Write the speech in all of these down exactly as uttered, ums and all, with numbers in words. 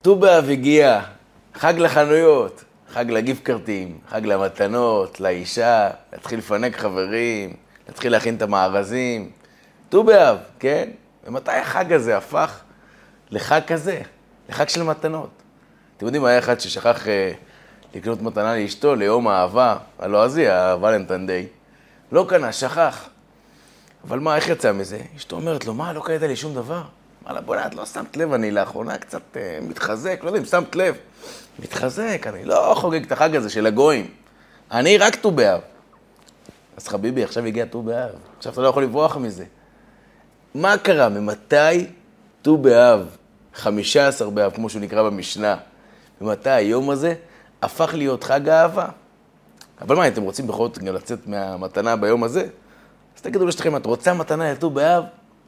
ט"ו באב הגיע, חג לחנויות, חג לגיפט-קארטים, חג למתנות, לאישה, להתחיל לפנק חברים, להתחיל להכין את המארזים. ט"ו באב, כן? ומתי החג הזה הפך לחג כזה? לחג של מתנות. אתם יודעים, היה אחד ששכח אה, לקנות מתנה לאשתו ליום האהבה, הלועזי, הוולנטיין דיי. לא קנה, שכח. אבל מה, איך יצא מזה? אשתו אומרת לו, מה, לא קנית לי שום דבר? אמרה, בוא'נה, את לא שמת לב, אני לאחרונה קצת אה, מתחזק, לא יודע אם שמת לב. מתחזק, אני לא חוגג את החג הזה של הגויים. אני רק ט"ו באב. אז חביבי, עכשיו הגיע ט"ו באב. עכשיו אתה לא יכול לברוח מזה. מה קרה? ממתי ט"ו באב, חמישה עשר באב, כמו שהוא נקרא במשנה, ומתי היום הזה הפך להיות חג האהבה? אבל מה, אתם רוצים בכל זאת גם לצאת מהמתנה ביום הזה? אז תגידו לשתכם, את רוצה מתנה לט"ו באב?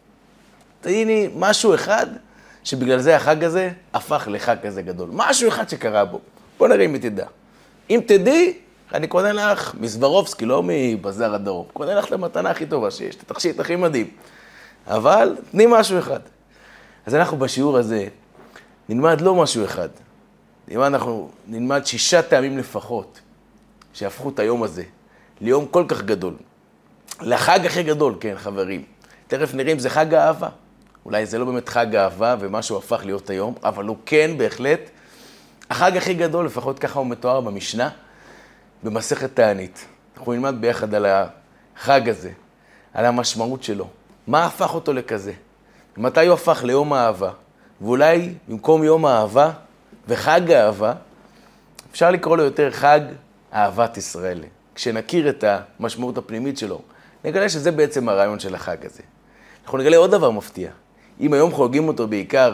תהיני משהו אחד שבגלל זה החג הזה הפך לחג כזה גדול. משהו אחד שקרה בו. בוא נראה אם היא תדע. אם תדעי, אני קונה לך מסברובסקי, לא מבזר הדרום. קונה לך את המתנה הכי טובה שיש, את התכשיט הכי מדהים. אבל תני משהו אחד. אז אנחנו בשיעור הזה נלמד לא משהו אחד. נלמד, אנחנו נלמד שישה טעמים לפחות שהפכו את היום הזה ליום כל כך גדול. לחג הכי גדול, כן חברים. תכף נראה אם זה חג האהבה. אולי זה לא באמת חג האהבה ומשהו הפך להיות היום, אבל הוא כן בהחלט החג הכי גדול, לפחות ככה הוא מתואר במשנה, במסכת תענית. אנחנו נלמד ביחד על החג הזה, על המשמעות שלו. מה הפך אותו לכזה? מתי הוא הפך ליום האהבה? ואולי במקום יום האהבה וחג האהבה, אפשר לקרוא לו יותר חג אהבת ישראל. כשנכיר את המשמעות הפנימית שלו, נגלה שזה בעצם הרעיון של החג הזה. אנחנו נגלה עוד דבר מפתיע. אם היום חוגגים אותו בעיקר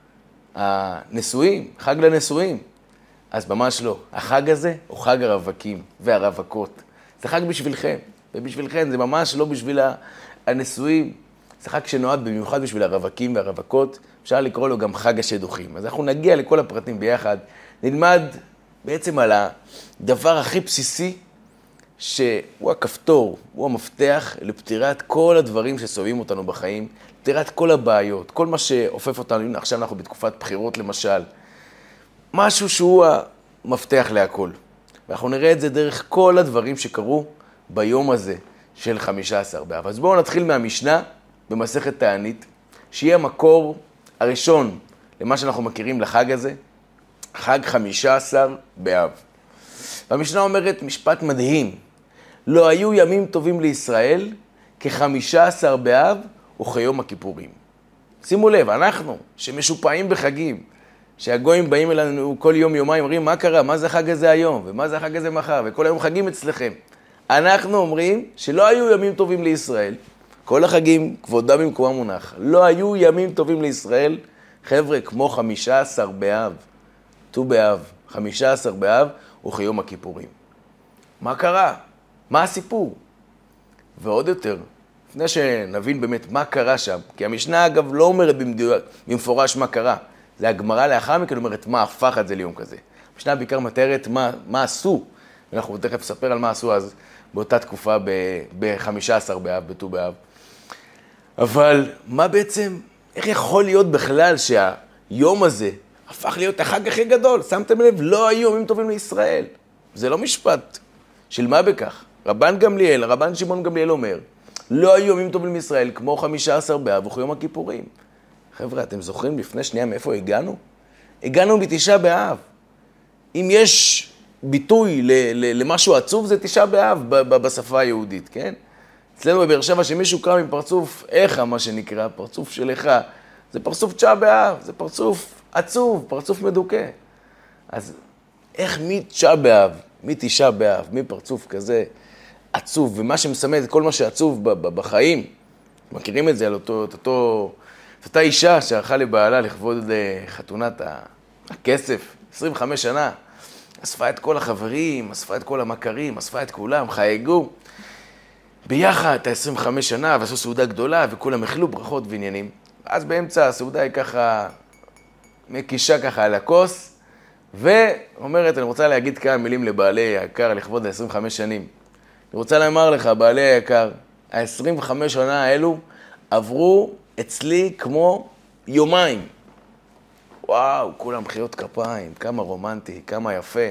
הנשואים, חג לנשואים, אז ממש לא. החג הזה הוא חג הרווקים והרווקות. זה חג בשבילכם, ובשבילכם זה ממש לא בשביל הנשואים. זה חג שנועד במיוחד בשביל הרווקים והרווקות. אפשר לקרוא לו גם חג השדוכים. אז אנחנו נגיע לכל הפרטים ביחד. נלמד בעצם על הדבר הכי בסיסי, שהוא הכפתור, הוא המפתח לפתירת כל הדברים שסובבים אותנו בחיים, פתירת כל הבעיות, כל מה שאופף אותנו. עכשיו אנחנו בתקופת בחירות למשל. משהו שהוא המפתח להכל. ואנחנו נראה את זה דרך כל הדברים שקרו ביום הזה של חמישה עשר באב. אז בואו נתחיל מהמשנה במסכת תענית, שהיא המקור הראשון למה שאנחנו מכירים לחג הזה, חג חמישה עשר באב. והמשנה אומרת משפט מדהים, לא היו ימים טובים לישראל כחמישה עשר באב וכיום הכיפורים. שימו לב, אנחנו שמשופעים בחגים, שהגויים באים אלינו כל יום יומיים, אומרים מה קרה, מה זה החג הזה היום, ומה זה החג הזה מחר, וכל היום חגים אצלכם. אנחנו אומרים שלא היו ימים טובים לישראל, כל החגים כבודם במקומם מונח, לא היו ימים טובים לישראל, חבר'ה, כמו חמישה עשר באב, ט"ו באב, חמישה עשר באב וכיום הכיפורים. מה קרה? מה הסיפור? ועוד יותר, לפני שנבין באמת מה קרה שם, כי המשנה אגב לא אומרת במדויק, במפורש מה קרה, זה הגמרא לאחר מכן אומרת מה הפך את זה ליום כזה. המשנה בעיקר מתארת מה, מה עשו, ואנחנו תכף נספר על מה עשו אז באותה תקופה ב-חמישה עשר באב, בט"ו באב. אבל מה בעצם, איך יכול להיות בכלל שהיום הזה הפך להיות החג הכי גדול? שמתם לב, לא היו ימים טובים לישראל. זה לא משפט של מה בכך. רבן גמליאל, רבן שמעון גמליאל אומר, לא היו ימים טובים לישראל כמו חמישה עשר באב וכיום הכיפורים. חבר'ה, אתם זוכרים לפני שנייה מאיפה הגענו? הגענו בתשעה באב. אם יש ביטוי ל- ל- למשהו עצוב, זה תשעה באב ב- ב- בשפה היהודית, כן? אצלנו בבאר שבע שמישהו קרא מפרצוף איכה, מה שנקרא, פרצוף של איכה, זה פרצוף תשעה באב, זה פרצוף עצוב, פרצוף מדוכא. אז איך מתשעה באב, מתשעה באב, מפרצוף כזה עצוב, ומה שמסמל את כל מה שעצוב ב- ב- בחיים, מכירים את זה על אותו, את אותו, את אותה אישה שערכה לבעלה לכבוד חתונת הכסף, עשרים וחמש שנה, אספה את כל החברים, אספה את כל המכרים, אספה את כולם, חייגו ביחד את ה-עשרים וחמש שנה, ועשו סעודה גדולה, וכולם אכלו ברכות ועניינים. אז באמצע הסעודה היא ככה מקישה ככה על הכוס, ואומרת, אני רוצה להגיד כמה מילים לבעלי היקר לכבוד ה-עשרים וחמש שנים. אני רוצה לאמר לך, בעלי היקר, ה-עשרים וחמש שנה האלו עברו אצלי כמו יומיים. וואו, כולם מחיאות כפיים, כמה רומנטי, כמה יפה.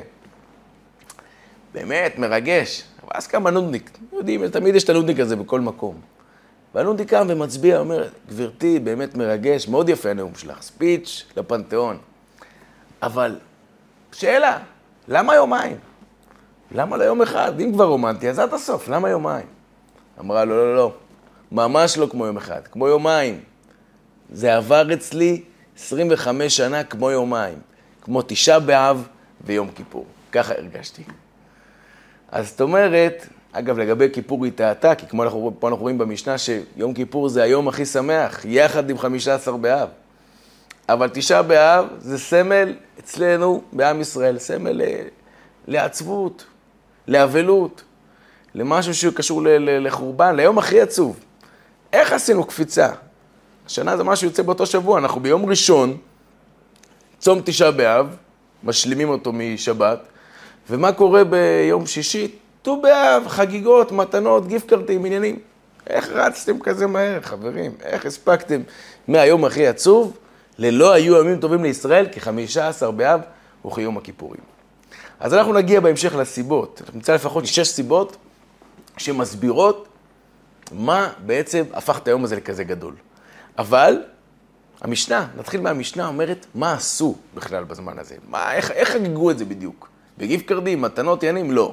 באמת, מרגש. ואז קם הנודניק. יודעים, תמיד יש את הנודניק הזה בכל מקום. והנודניק קם ומצביע, אומר, גברתי, באמת מרגש, מאוד יפה הנאום שלך, ספיץ' לפנתיאון. אבל, שאלה, למה יומיים? למה לא יום אחד? אם כבר רומנטי, אז עד הסוף, למה יומיים? אמרה, לא, לא, לא, ממש לא כמו יום אחד, כמו יומיים. זה עבר אצלי עשרים וחמש שנה כמו יומיים, כמו תשעה באב ויום כיפור. ככה הרגשתי. אז זאת אומרת, אגב, לגבי כיפור היא טעתה, כי כמו אנחנו, פה אנחנו רואים במשנה שיום כיפור זה היום הכי שמח, יחד עם חמישה עשר באב. אבל תשעה באב זה סמל אצלנו בעם ישראל, סמל לעצבות, לאבלות, למשהו שקשור לחורבן, ליום הכי עצוב. איך עשינו קפיצה? השנה זה משהו יוצא באותו שבוע, אנחנו ביום ראשון, צום תשעה באב, משלימים אותו משבת, ומה קורה ביום שישי? ט"ו באב, חגיגות, מתנות, גיפט קארטים, עניינים. איך רצתם כזה מהר, חברים? איך הספקתם מהיום הכי עצוב? ללא היו ימים טובים לישראל, כ-חמישה עשר באב וכיום הכיפורים. אז אנחנו נגיע בהמשך לסיבות. נמצא לפחות שש סיבות שמסבירות מה בעצם הפך את היום הזה לכזה גדול. אבל המשנה, נתחיל מהמשנה, אומרת מה עשו בכלל בזמן הזה. מה, איך, איך חגגו את זה בדיוק? בגיפט קארטים, מתנות, עניינים? לא.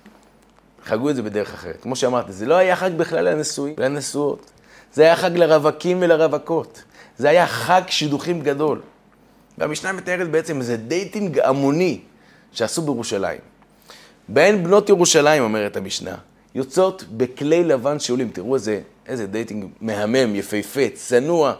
חגגו את זה בדרך אחרת. כמו שאמרתי, זה לא היה חג בכלל לנשואים ולנשואות. זה היה חג לרווקים ולרווקות. זה היה חג שידוכים גדול. והמשנה מתארת בעצם איזה דייטינג המוני שעשו בירושלים. בהן בנות ירושלים, אומרת המשנה, יוצאות בכלי לבן שעולים. תראו איזה, איזה דייטינג מהמם, יפהפה, צנוע,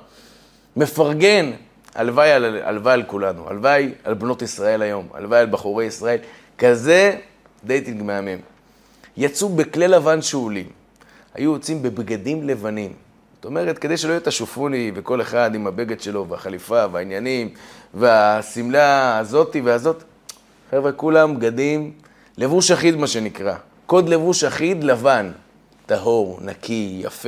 מפרגן. הלוואי על, הלוואי על כולנו, הלוואי על בנות ישראל היום, הלוואי על בחורי ישראל. כזה דייטינג מהמם. יצאו בכלי לבן שעולים. היו יוצאים בבגדים לבנים. זאת אומרת, כדי שלא יהיה את השופוני וכל אחד עם הבגד שלו והחליפה והעניינים והסמלה הזאתי והזאת. חבר'ה, כולם בגדים, לבוש אחיד מה שנקרא. קוד לבוש אחיד לבן, טהור, נקי, יפה.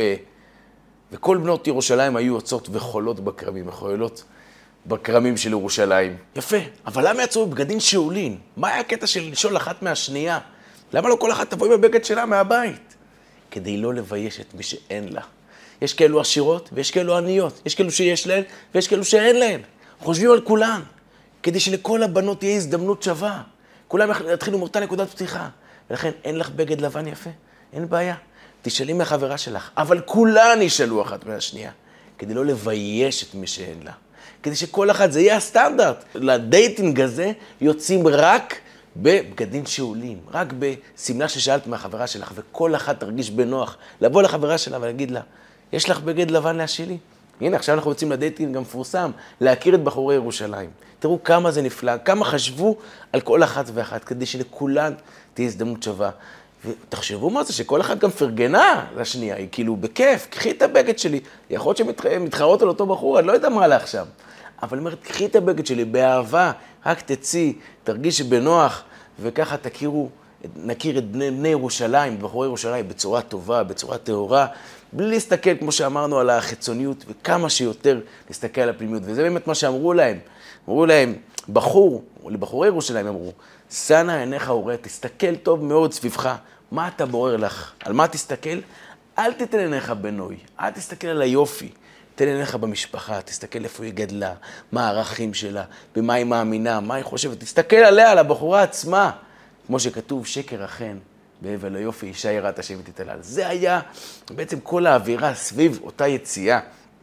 וכל בנות ירושלים היו יוצאות וחולות בקרמים, מחולות בקרמים של ירושלים. יפה, אבל למה יצאו בבגדים שעולין? מה היה הקטע של לשאול אחת מהשנייה? למה לא כל אחת תבוא עם הבגד שלה מהבית? כדי לא לבייש את מי שאין לה. יש כאלו עשירות ויש כאלו עניות. יש כאלו שיש להן ויש כאלו שאין להן. חושבים על כולן. כדי שלכל הבנות תהיה הזדמנות שווה. כולם יתחילו מאותה נקודת פתיחה. ולכן אין לך בגד לבן יפה. אין בעיה. תשאלי מהחברה שלך. אבל כולן ישאלו אחת מהשנייה. כדי לא לבייש את מי שאין לה. כדי שכל אחת, זה יהיה הסטנדרט. לדייטינג הזה יוצאים רק בבגדים שעולים. רק בסמלה ששאלת מהחברה שלך. וכל אחת תרגיש בנוח. לבוא לחברה שלה ולהגיד לה, יש לך בגד לבן להשאלי? הנה, עכשיו אנחנו יוצאים לדייטינג גם מפורסם, להכיר את בחורי ירושלים. תראו כמה זה נפלא, כמה חשבו על כל אחת ואחת, כדי שלכולן תהיה הזדמנות שווה. ותחשבו מה זה, שכל אחת גם פרגנה לשנייה, היא כאילו בכיף, קחי את הבגד שלי. יכול להיות שמתחרות על אותו בחור, אני לא יודע מה לה עכשיו. אבל אומרת, קחי את הבגד שלי באהבה, רק תציא, תרגיש בנוח, וככה תכירו, נכיר את בני, בני ירושלים, בחורי ירושלים, בצורה טובה, בצורה טהורה, בלי להסתכל, כמו שאמרנו, על החיצוניות, וכמה שיותר להסתכל על הפנימיות. וזה באמת מה שאמרו להם. אמרו להם, בחור, לבחורי ירושלים אמרו, סנה עיניך וראה, תסתכל טוב מאוד סביבך. מה אתה בורר לך? על מה תסתכל? אל תתן עיניך בנוי, אל תסתכל על היופי. תן עיניך במשפחה, תסתכל איפה היא גדלה, מה הערכים שלה, במה היא מאמינה, מה היא חושבת. תסתכל עליה, על הבחורה עצמה. כמו שכתוב, שקר אכן, בהבל היופי, אישה יראת השם ותתהלל. זה היה בעצם כל האווירה סביב אותה יציאה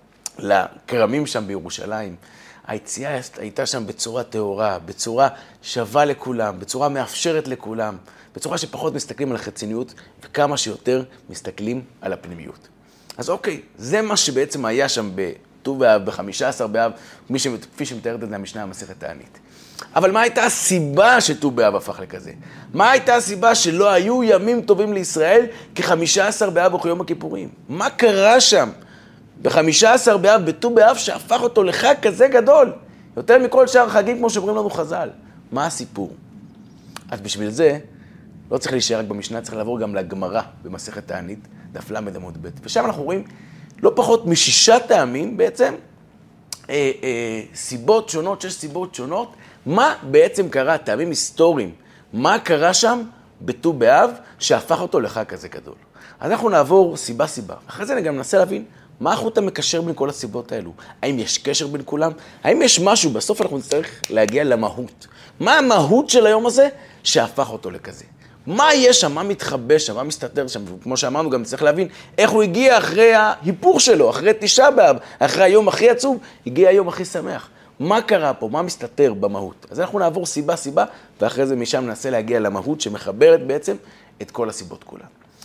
לכרמים שם בירושלים. היציאה הייתה שם בצורה טהורה, בצורה שווה לכולם, בצורה מאפשרת לכולם, בצורה שפחות מסתכלים על החיצוניות וכמה שיותר מסתכלים על הפנימיות. אז אוקיי, זה מה שבעצם היה שם בט"ו באב, ב-חמישה עשר באב, כפי שמתארת את זה המשנה המסכת תענית. אבל מה הייתה הסיבה שט"ו באב הפך לכזה? מה הייתה הסיבה שלא היו ימים טובים לישראל כ-חמישה עשר באב וכיום הכיפורים? מה קרה שם ב-חמישה עשר באב, בט"ו באב, שהפך אותו לחג כזה גדול? יותר מכל שאר החגים, כמו שאומרים לנו חז"ל. מה הסיפור? אז בשביל זה, לא צריך להישאר רק במשנה, צריך לעבור גם לגמרא במסכת תענית, דף למד עמוד ב'. ושם אנחנו רואים לא פחות משישה טעמים בעצם, אה, אה, סיבות שונות, שש סיבות שונות, מה בעצם קרה, טעמים היסטוריים, מה קרה שם בט"ו באב שהפך אותו לחג כזה גדול. אז אנחנו נעבור סיבה-סיבה. אחרי זה אני גם ננסה להבין מה החוט המקשר בין כל הסיבות האלו. האם יש קשר בין כולם? האם יש משהו, בסוף אנחנו נצטרך להגיע למהות. מה המהות של היום הזה שהפך אותו לכזה? מה יש שם, מה מתחבא שם, מה מסתתר שם? וכמו שאמרנו, גם צריך להבין איך הוא הגיע אחרי ההיפוך שלו, אחרי תשעה באב, אחרי היום הכי עצוב, הגיע היום הכי שמח. מה קרה פה? מה מסתתר במהות? אז אנחנו נעבור סיבה-סיבה, ואחרי זה משם ננסה להגיע למהות שמחברת בעצם את כל הסיבות כולן.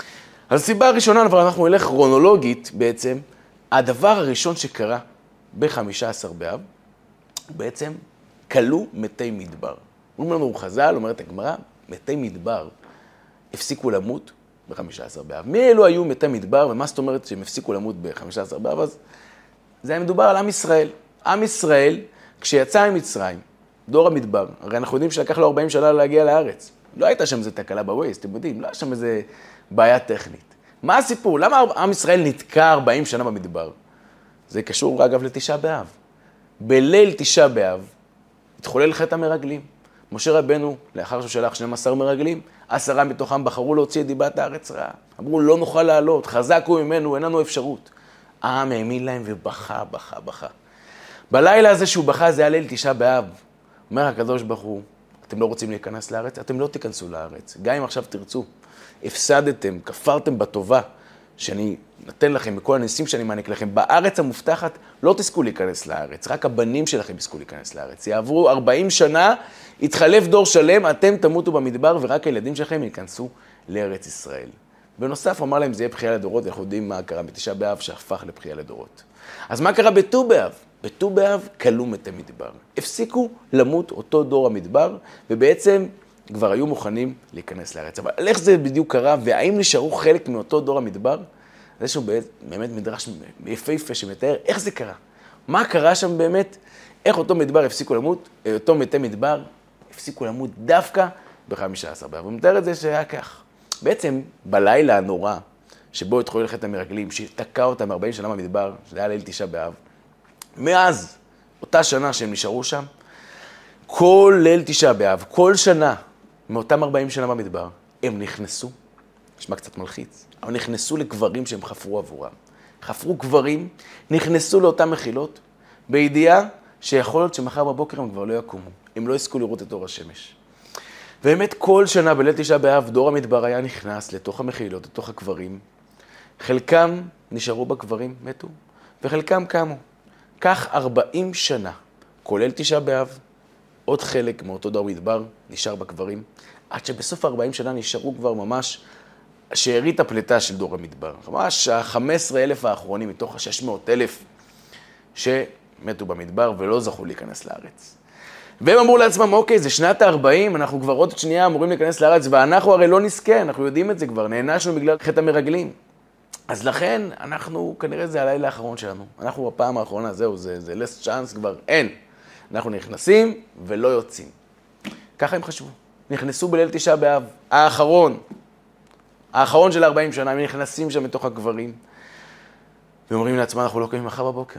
אז הסיבה הראשונה, אבל אנחנו נלך כרונולוגית בעצם, הדבר הראשון שקרה ב-חמישה עשר באב, בעצם כלו מתי מדבר. אומרים לנו חז"ל, אומרת הגמרא, מתי מדבר הפסיקו למות ב-חמישה עשר באב. מי אלו היו מתי מדבר, ומה זאת אומרת שהם הפסיקו למות ב-חמישה עשר באב? אז זה היה מדובר על עם ישראל. עם ישראל, כשיצא ממצרים, דור המדבר, הרי אנחנו יודעים שלקח לו ארבעים שנה להגיע לארץ. לא הייתה שם איזה תקלה בווייז, אתם יודעים, לא היה שם איזה בעיה טכנית. מה הסיפור? למה עם ישראל נתקע ארבעים שנה במדבר? זה קשור, אגב, לתשעה באב. בליל תשעה באב התחולל חטא המרגלים. משה רבנו, לאחר שהוא שלח שנים עשר מרגלים, עשרה מתוכם בחרו להוציא את דיבת הארץ רעה. אמרו, לא נוכל לעלות, חזק הוא ממנו, אין לנו אפשרות. העם האמין להם ובכה, בכה, בכה. בלילה הזה שהוא בכה, זה היה ליל תשעה באב. אומר הקדוש ברוך הוא, אתם לא רוצים להיכנס לארץ? אתם לא תיכנסו לארץ. גם אם עכשיו תרצו, הפסדתם, כפרתם בטובה שאני נתן לכם, בכל הניסים שאני מעניק לכם, בארץ המובטחת לא תזכו להיכנס לארץ, רק הבנים שלכם יזכו להיכנס לארץ. יעברו ארבעים שנה, יתחלף דור שלם, אתם תמותו במדבר ורק הילדים שלכם ייכנסו לארץ ישראל. בנוסף, הוא אמר להם, זה יהיה בחייה לדורות, אנחנו יודעים מה קרה בתשעה באב שהפך לבחייה לדורות. אז מה קרה בט"ו באב? בט"ו באב כלו מתי מדבר. הפסיקו למות אותו דור המדבר, ובעצם כבר היו מוכנים להיכנס לארץ. אבל איך זה בדיוק קרה, והאם נשארו חלק מאותו דור המדבר? זה שהוא באמת מדרש יפהפה שמתאר איך זה קרה. מה קרה שם באמת? איך אותו מדבר הפסיקו למות, אותו מתי מדבר הפסיקו למות דווקא ב-חמישה עשר באב. הוא מתאר את זה שהיה כך. בעצם בלילה הנורא, שבו התחולל חטא המרגלים, שתקע אותם ארבעים שנה במדבר, שזה היה ליל תשעה באב, מאז אותה שנה שהם נשארו שם, כל ליל תשעה באב, כל שנה, מאותם ארבעים שנה במדבר, הם נכנסו, נשמע קצת מלחיץ, אבל נכנסו לגברים שהם חפרו עבורם. חפרו גברים, נכנסו לאותם מחילות, בידיעה שיכול להיות שמחר בבוקר הם כבר לא יקומו, הם לא יזכו לראות את אור השמש. באמת כל שנה בליל תשעה באב, דור המדבר היה נכנס לתוך המחילות, לתוך הגברים. חלקם נשארו בגברים, מתו, וחלקם קמו. כך ארבעים שנה, כולל תשעה באב, עוד חלק מאותו דור מדבר נשאר בגברים, עד שבסוף ארבעים שנה נשארו כבר ממש שארית הפלטה של דור המדבר. ממש ה-חמישה עשר אלף האחרונים מתוך ה-שש מאות אלף שמתו במדבר ולא זכו להיכנס לארץ. והם אמרו לעצמם, אוקיי, זה שנת ה-ארבעים, אנחנו כבר עוד שנייה אמורים להיכנס לארץ, ואנחנו הרי לא נזכה, אנחנו יודעים את זה כבר, נענשנו בגלל חטא המרגלים. אז לכן, אנחנו, כנראה זה הלילה האחרון שלנו. אנחנו בפעם האחרונה, זהו, זה, זה last chance כבר, אין. אנחנו נכנסים ולא יוצאים. ככה הם חשבו. נכנסו בליל תשעה באב, האחרון, האחרון של ארבעים שנה, הם נכנסים שם מתוך הגברים, ואומרים לעצמם, אנחנו לא קמים מחר בבוקר.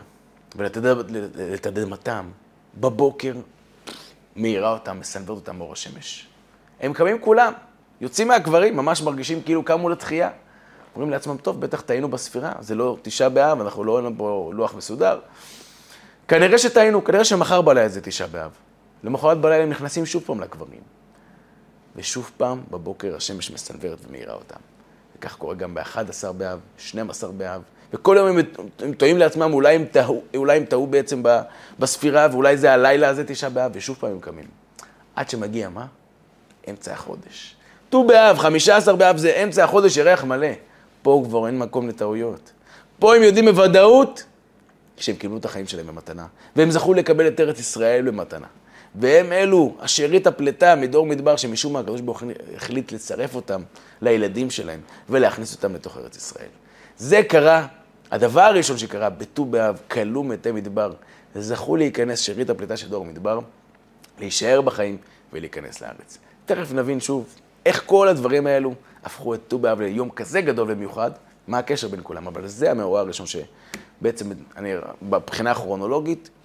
ולתדהמתם, בבוקר, מאירה אותם, מסנוורת אותם מאור השמש. הם קמים כולם, יוצאים מהגברים, ממש מרגישים כאילו קמו לתחייה. אומרים לעצמם, טוב, בטח טעינו בספירה, זה לא תשעה באב, אנחנו לא אין פה לוח מסודר. כנראה שטעינו, כנראה שמחר בלילה זה תשעה באב. למחרת בלילה הם נכנסים שוב פעם לגברים. ושוב פעם בבוקר השמש מסנוורת ומאירה אותם. וכך קורה גם ב-אחד עשר באב, שנים עשר באב, וכל יום הם, הם טועים לעצמם, אולי הם טעו, אולי הם טעו בעצם בספירה, ואולי זה הלילה הזה תשעה באב, ושוב פעם הם קמים. עד שמגיע מה? אמצע החודש. ט"ו באב, חמישה עשר באב זה אמצע החודש, ירח מלא. פה כבר אין מקום לטעויות. פה הם יודעים בוודאות שהם קיבלו את החיים שלהם במתנה, והם זכו לקבל את ארץ ישראל במתנה. והם אלו, השארית הפלטה מדור מדבר, שמשום מה הקדוש ברוך הוא החליט לצרף אותם לילדים שלהם, ולהכניס אותם לתוך ארץ ישראל. זה קרה, הדבר הראשון שקרה, בט"ו באב, כלו מתי מדבר, זכו להיכנס שארית הפלטה של דור מדבר, להישאר בחיים ולהיכנס לארץ. תכף נבין שוב איך כל הדברים האלו הפכו את ט"ו באב ליום כזה גדול ומיוחד, מה הקשר בין כולם, אבל זה המאורע הראשון שבעצם, אני, בבחינה הכרונולוגית,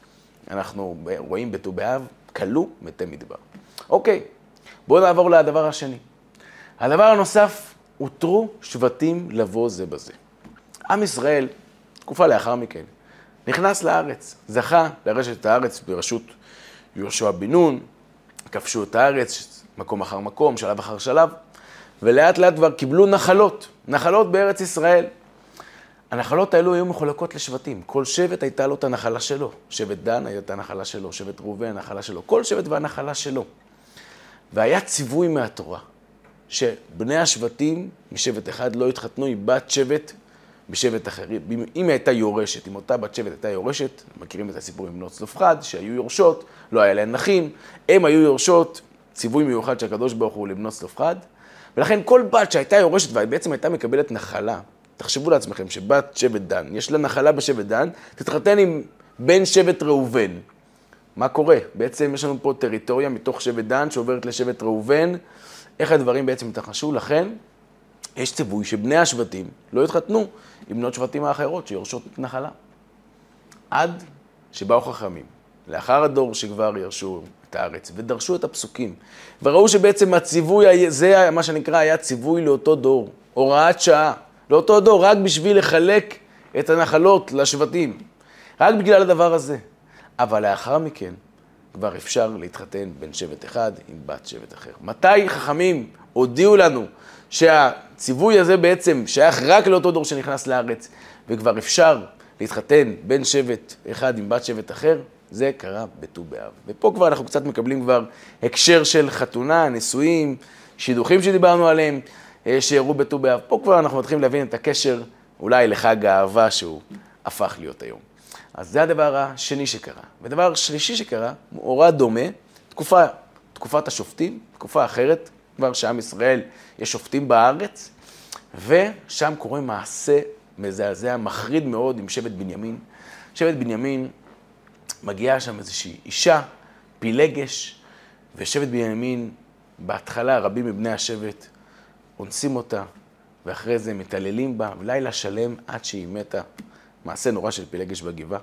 אנחנו רואים בט"ו באב, כלו מתי מדבר. אוקיי, בואו נעבור לדבר השני. הדבר הנוסף, הותרו שבטים לבוא זה בזה. עם ישראל, תקופה לאחר מכן, נכנס לארץ, זכה לרשת את הארץ בראשות יהושע בן נון, כבשו את הארץ, מקום אחר מקום, שלב אחר שלב, ולאט לאט כבר קיבלו נחלות, נחלות בארץ ישראל. הנחלות האלו היו מחולקות לשבטים, כל שבט הייתה לו את הנחלה שלו, שבט דן הייתה את הנחלה שלו, שבט ראובן הנחלה שלו, כל שבט והנחלה שלו. והיה ציווי מהתורה, שבני השבטים משבט אחד לא התחתנו עם בת שבט בשבט אחר. אם היא הייתה יורשת, אם אותה בת שבט הייתה יורשת, מכירים את הסיפור עם בנות צלופחד, שהיו יורשות, לא היה להן נחים, הם היו יורשות, ציווי מיוחד שהקדוש ברוך הוא לבנות צלופחד, ולכן כל בת שהייתה יורשת ובעצם הייתה מקבלת נחלה, תחשבו לעצמכם שבת שבט דן, יש לה נחלה בשבט דן, תתחתן עם בן שבט ראובן. מה קורה? בעצם יש לנו פה טריטוריה מתוך שבט דן שעוברת לשבט ראובן, איך הדברים בעצם התרחשו, לכן יש ציווי שבני השבטים לא התחתנו עם בנות שבטים האחרות שיורשות את נחלה. עד שבאו חכמים, לאחר הדור שכבר ירשו את הארץ ודרשו את הפסוקים, וראו שבעצם הציווי, זה מה שנקרא, היה ציווי לאותו דור, הוראת שעה, לאותו דור, רק בשביל לחלק את הנחלות לשבטים, רק בגלל הדבר הזה. אבל לאחר מכן כבר אפשר להתחתן בין שבט אחד עם בת שבט אחר. מתי חכמים הודיעו לנו שהציווי הזה בעצם שייך רק לאותו דור שנכנס לארץ, וכבר אפשר להתחתן בין שבט אחד עם בת שבט אחר? זה קרה בט"ו באב. ופה כבר אנחנו קצת מקבלים כבר הקשר של חתונה, נישואים, שידוכים שדיברנו עליהם, שיראו בט"ו באב. פה כבר אנחנו מתחילים להבין את הקשר אולי לחג האהבה שהוא הפך להיות היום. אז זה הדבר השני שקרה. ודבר שלישי שקרה, מאורע דומה, תקופה, תקופת השופטים, תקופה אחרת, כבר שעם ישראל יש שופטים בארץ, ושם קורה מעשה מזעזע, מחריד מאוד עם שבט בנימין. שבט בנימין מגיעה שם איזושהי אישה, פילגש, ושבט בנימין, בהתחלה רבים מבני השבט אונסים אותה, ואחרי זה מתעללים בה, לילה שלם עד שהיא מתה. מעשה נורא של פילגש בגבעה.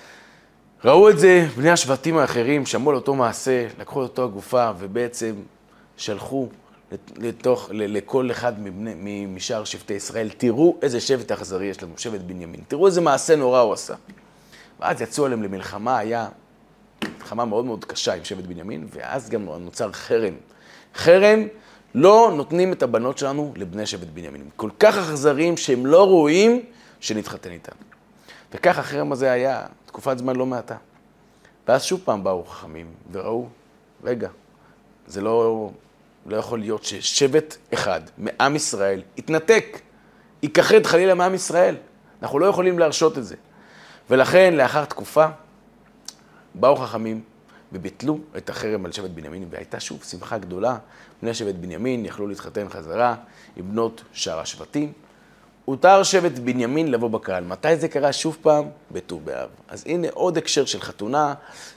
ראו את זה בני השבטים האחרים, שמעו על אותו מעשה, לקחו אותו הגופה ובעצם שלחו לתוך, לכל אחד מבני, משאר שבטי ישראל, תראו איזה שבט אכזרי יש לנו, שבט בנימין. תראו איזה מעשה נורא הוא עשה. ואז יצאו עליהם למלחמה, היה מלחמה מאוד מאוד קשה עם שבט בנימין, ואז גם נוצר חרם. חרם, לא נותנים את הבנות שלנו לבני שבט בנימין. כל כך אכזריים שהם לא רואים שנתחתן איתם. וכך החרם הזה היה תקופת זמן לא מעטה. ואז שוב פעם באו חכמים וראו, רגע, זה לא, לא יכול להיות ששבט אחד מעם ישראל יתנתק, ייכחד חלילה מעם ישראל. אנחנו לא יכולים להרשות את זה. ולכן לאחר תקופה באו חכמים וביטלו את החרם על שבט בנימין, והייתה שוב שמחה גדולה. בני שבט בנימין יכלו להתחתן חזרה עם בנות שאר השבטים. הותר שבט בנימין לבוא בקהל. מתי זה קרה? שוב פעם בט"ו באב. אז הנה עוד הקשר של חתונה.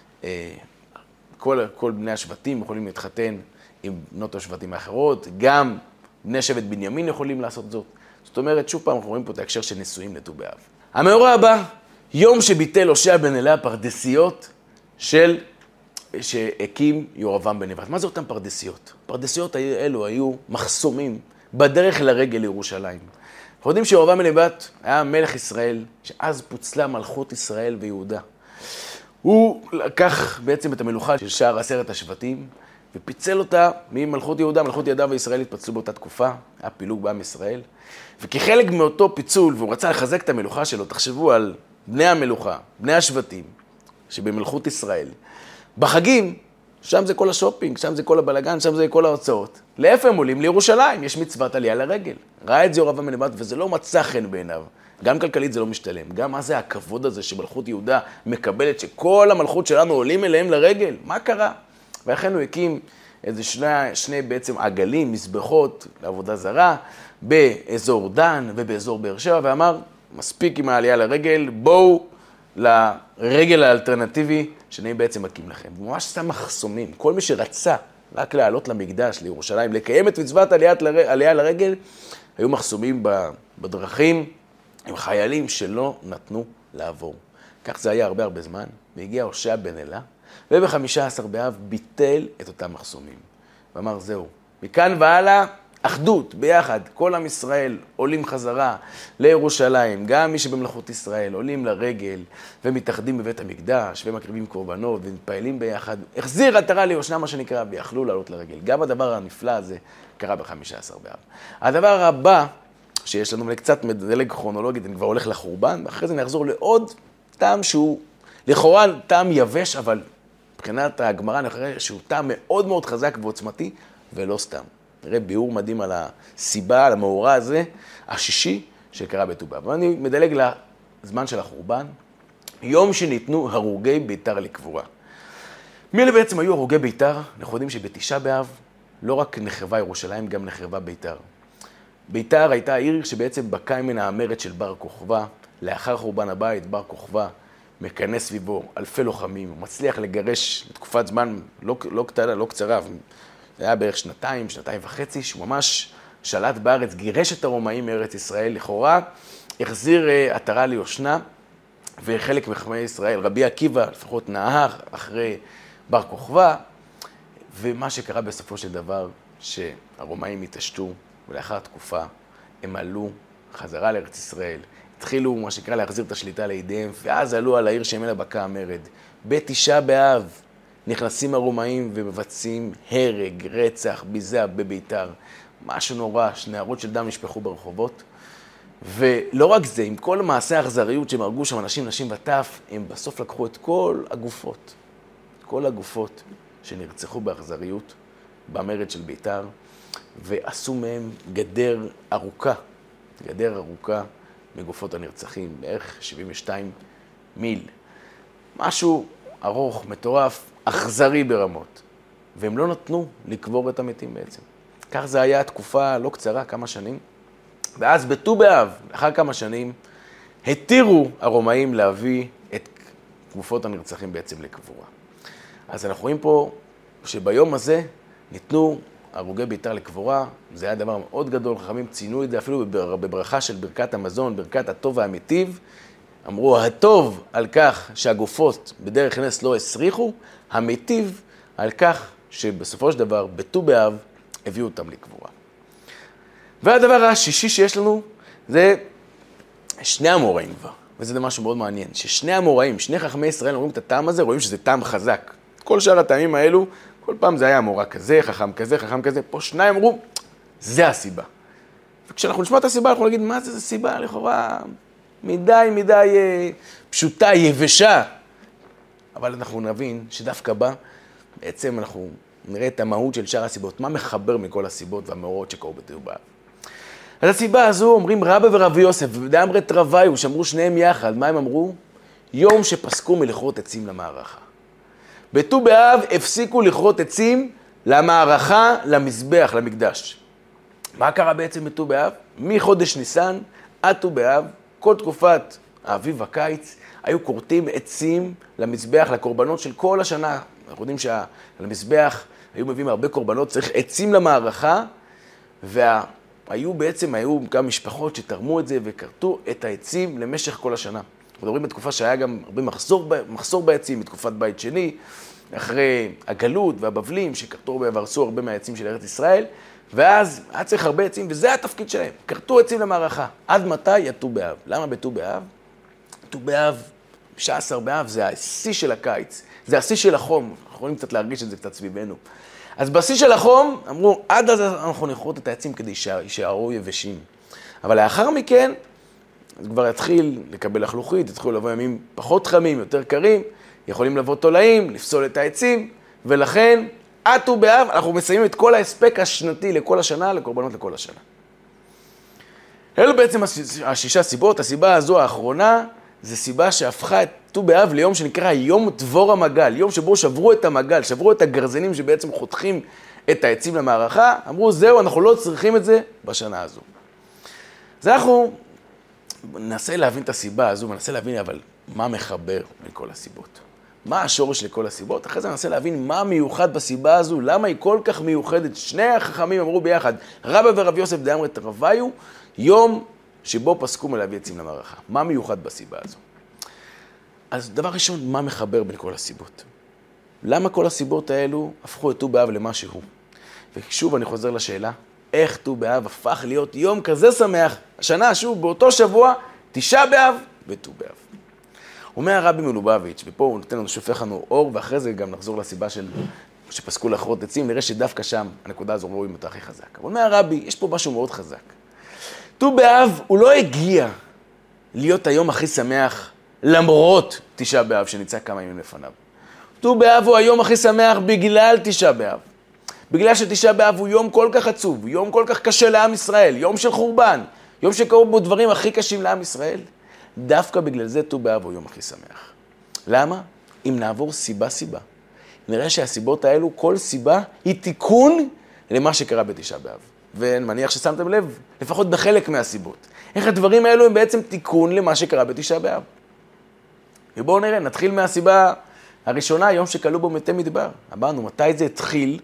כל, כל בני השבטים יכולים להתחתן עם בנות השבטים האחרות. גם בני שבט בנימין יכולים לעשות זאת. זאת אומרת, שוב פעם אנחנו רואים פה את ההקשר של נישואים לט"ו באב. המאורע הבא, יום שביטל הושע בן אלה פרדסיות של שהקים ירבעם בן נבט. מה זה אותן פרדסיות? פרדסיות האלו היו מחסומים בדרך לרגל לירושלים. אנחנו יודעים שירבעם בן נבט היה מלך ישראל, שאז פוצלה מלכות ישראל ויהודה. הוא לקח בעצם את המלוכה של שאר עשרת השבטים, ופיצל אותה ממלכות יהודה. מלכות יהודה וישראל התפצלו באותה תקופה, היה פילוג בעם ישראל. וכחלק מאותו פיצול, והוא רצה לחזק את המלוכה שלו, תחשבו על בני המלוכה, בני השבטים, שבמלכות ישראל. בחגים, שם זה כל השופינג, שם זה כל הבלגן, שם זה כל ההוצאות. לאיפה הם עולים? לירושלים, יש מצוות עלייה לרגל. ראה את זה ירבעם בן נבט, וזה לא מצא חן בעיניו. גם כלכלית זה לא משתלם. גם מה זה הכבוד הזה שמלכות יהודה מקבלת, שכל המלכות שלנו עולים אליהם לרגל? מה קרה? ואכן הוא הקים איזה שני, שני בעצם עגלים, מזבחות לעבודה זרה, באזור דן ובאזור באר שבע, ואמר, מספיק עם העלייה לרגל, בואו לרגל האלטרנטיבי שאני בעצם מקים לכם. הוא ממש שם מחסומים. כל מי שרצה רק לעלות למקדש, לירושלים, לקיים את מצוות עלייה לרגל, היו מחסומים בדרכים עם חיילים שלא נתנו לעבור. כך זה היה הרבה הרבה זמן. והגיע הושע בן אלה, וב-חמישה עשר באב ביטל את אותם מחסומים. ואמר, זהו, מכאן והלאה, אחדות, ביחד, כל עם ישראל עולים חזרה לירושלים, גם מי שבמלכות ישראל עולים לרגל ומתאחדים בבית המקדש ומקריבים קורבנות ומתפעלים ביחד. החזיר עטרה ליושנה, מה שנקרא, ויכלו לעלות לרגל. גם הדבר הנפלא הזה קרה ב-חמישה עשר באב. הדבר הבא שיש לנו קצת מדלג כרונולוגית, אני כבר הולך לחורבן, ואחרי זה נחזור לעוד טעם שהוא לכאורה טעם יבש, אבל מבחינת הגמרא נחרא שהוא טעם מאוד מאוד חזק ועוצמתי, ולא סתם. נראה ביאור מדהים על הסיבה, על המאורע הזה, השישי שקרה בט"ו באב. ואני מדלג לזמן של החורבן, יום שניתנו הרוגי ביתר לקבורה. מי אלה בעצם היו הרוגי ביתר? אנחנו יודעים שבתשעה באב לא רק נחרבה ירושלים, גם נחרבה ביתר. ביתר הייתה העיר שבעצם בקעה מן האמרת של בר כוכבא, לאחר חורבן הבית, בר כוכבא מכנס סביבו אלפי לוחמים, הוא מצליח לגרש לתקופת זמן לא, לא קטנה, לא קצרה, זה היה בערך שנתיים, שנתיים וחצי, שהוא ממש שלט בארץ, גירש את הרומאים מארץ ישראל, לכאורה החזיר עטרה ליושנה, וחלק מחכמי ישראל, רבי עקיבא לפחות נהר אחרי בר כוכבא, ומה שקרה בסופו של דבר, שהרומאים התעשתו, ולאחר תקופה הם עלו חזרה לארץ ישראל, התחילו מה שקרה להחזיר את השליטה לידיהם, ואז עלו על העיר שממנה בקעה המרד. בתשעה באב נכנסים הרומאים ומבצעים הרג, רצח, ביזה בביתר. משהו נורא, שנהרות של דם נשפכו ברחובות. ולא רק זה, עם כל מעשה האכזריות שהם הרגו שם אנשים, נשים וטף, הם בסוף לקחו את כל הגופות, כל הגופות שנרצחו באכזריות במרד של ביתר, ועשו מהם גדר ארוכה, גדר ארוכה מגופות הנרצחים, בערך שבעים ושתיים מיל. משהו ארוך, מטורף, אכזרי ברמות. והם לא נתנו לקבור את המתים בעצם. כך זה היה תקופה לא קצרה, כמה שנים. ואז בט"ו באב, לאחר כמה שנים, התירו הרומאים להביא את גופות הנרצחים בעצם לקבורה. אז אנחנו רואים פה שביום הזה ניתנו הרוגי ביתר לקבורה, זה היה דבר מאוד גדול, חכמים ציינו את זה אפילו בברכה של ברכת המזון, ברכת הטוב והמיטיב, אמרו הטוב על כך שהגופות בדרך נס לא הסריחו, המיטיב על כך שבסופו של דבר בט"ו באב הביאו אותם לקבורה. והדבר השישי שיש לנו זה שני המוראים כבר, וזה משהו מאוד מעניין, ששני המוראים, שני חכמי ישראל אומרים את הטעם הזה, רואים שזה טעם חזק. כל שאר הטעמים האלו, כל פעם זה היה מורה כזה, חכם כזה, חכם כזה, פה שניים אמרו, זה הסיבה. וכשאנחנו נשמע את הסיבה, אנחנו נגיד, מה זה, זה סיבה? לכאורה מדי, מדי פשוטה, יבשה. אבל אנחנו נבין שדווקא בה, בעצם אנחנו נראה את המהות של שאר הסיבות, מה מחבר מכל הסיבות והמאורעות שקורו בט"ו באב. אז הסיבה הזו אומרים רבא ורבי יוסף, ודאמרת רביו, שאמרו שניהם יחד, מה הם אמרו? יום שפסקו מלכרות עצים למערכה. בט"ו באב הפסיקו לכרות עצים למערכה, למזבח, למקדש. מה קרה בעצם בט"ו באב? מחודש ניסן עד ט"ו באב, כל תקופת האביב והקיץ, היו כורתים עצים למזבח, לקורבנות של כל השנה. אנחנו יודעים שלמזבח היו מביאים הרבה קורבנות, צריך עצים למערכה, והיו בעצם, היו כמה משפחות שתרמו את זה וכרתו את העצים למשך כל השנה. אנחנו מדברים בתקופה שהיה גם הרבה מחסור, מחסור בעצים, בתקופת בית שני, אחרי הגלות והבבלים שכרתו והרסו הרבה מהעצים של ארץ ישראל, ואז היה צריך הרבה עצים, וזה התפקיד שלהם, כרתו עצים למערכה. עד מתי? עד ט"ו באב. למה בט"ו באב? ט"ו באב, חמישה עשר באב, זה השיא של הקיץ, זה השיא של החום, אנחנו יכולים קצת להרגיש את זה קצת סביבנו. אז בשיא של החום, אמרו, עד אז אנחנו נכרות את העצים כדי שישארו יבשים. אבל לאחר מכן, אז כבר יתחיל לקבל לחלוכית, יתחילו לבוא ימים פחות חמים, יותר קרים, יכולים לבוא תולעים, לפסול את העצים, ולכן עד ט"ו באב אנחנו מסיימים את כל ההספק השנתי לכל השנה, לקורבנות לכל השנה. אלו בעצם השישה סיבות. הסיבה הזו האחרונה, זה סיבה שהפכה את ט"ו באב ליום שנקרא יום דבור המגל, יום שבו שברו את המגל, שברו את הגרזנים שבעצם חותכים את העצים למערכה, אמרו זהו, אנחנו לא צריכים את זה בשנה הזו. אז אנחנו ננסה להבין את הסיבה הזו, וננסה להבין אבל מה מחבר לכל הסיבות. מה השורש לכל הסיבות? אחרי זה ננסה להבין מה מיוחד בסיבה הזו, למה היא כל כך מיוחדת. שני החכמים אמרו ביחד, רבא ורבי יוסף דאמרת רביו, יום שבו פסקו מלהביא עצים למערכה. מה מיוחד בסיבה הזו? אז דבר ראשון, מה מחבר בין כל הסיבות? למה כל הסיבות האלו הפכו את ט"ו באב למה שהוא? ושוב אני חוזר לשאלה, איך ט"ו באב הפך להיות יום כזה שמח? השנה, שוב, באותו שבוע, תשעה באב וט"ו באב. אומר הרבי מלובביץ', ופה הוא נותן לנו, שופך לנו אור, ואחרי זה גם נחזור לסיבה של שפסקו לאחרות עצים, נראה שדווקא שם הנקודה הזו רואים אותה הכי חזק. אבל אומר הרבי, יש פה משהו מאוד חזק. ט"ו באב הוא לא הגיע להיות היום הכי שמח למרות תשעה באב שנמצא כמה ימים לפניו. ט"ו באב הוא היום הכי שמח בגלל תשעה באב. בגלל שתשעה באב הוא יום כל כך עצוב, יום כל כך קשה לעם ישראל, יום של חורבן, יום שקרו בו דברים הכי קשים לעם ישראל. דווקא בגלל זה ט"ו באב הוא יום הכי שמח. למה? אם נעבור סיבה סיבה, נראה שהסיבות האלו, כל סיבה היא תיקון למה שקרה בתשעה באב. ואני מניח ששמתם לב, לפחות בחלק מהסיבות. איך הדברים האלו הם בעצם תיקון למה שקרה בתשעה באב. ובואו נראה, נתחיל מהסיבה הראשונה, יום שקלו בו מתי מדבר. אמרנו, מתי זה התחיל?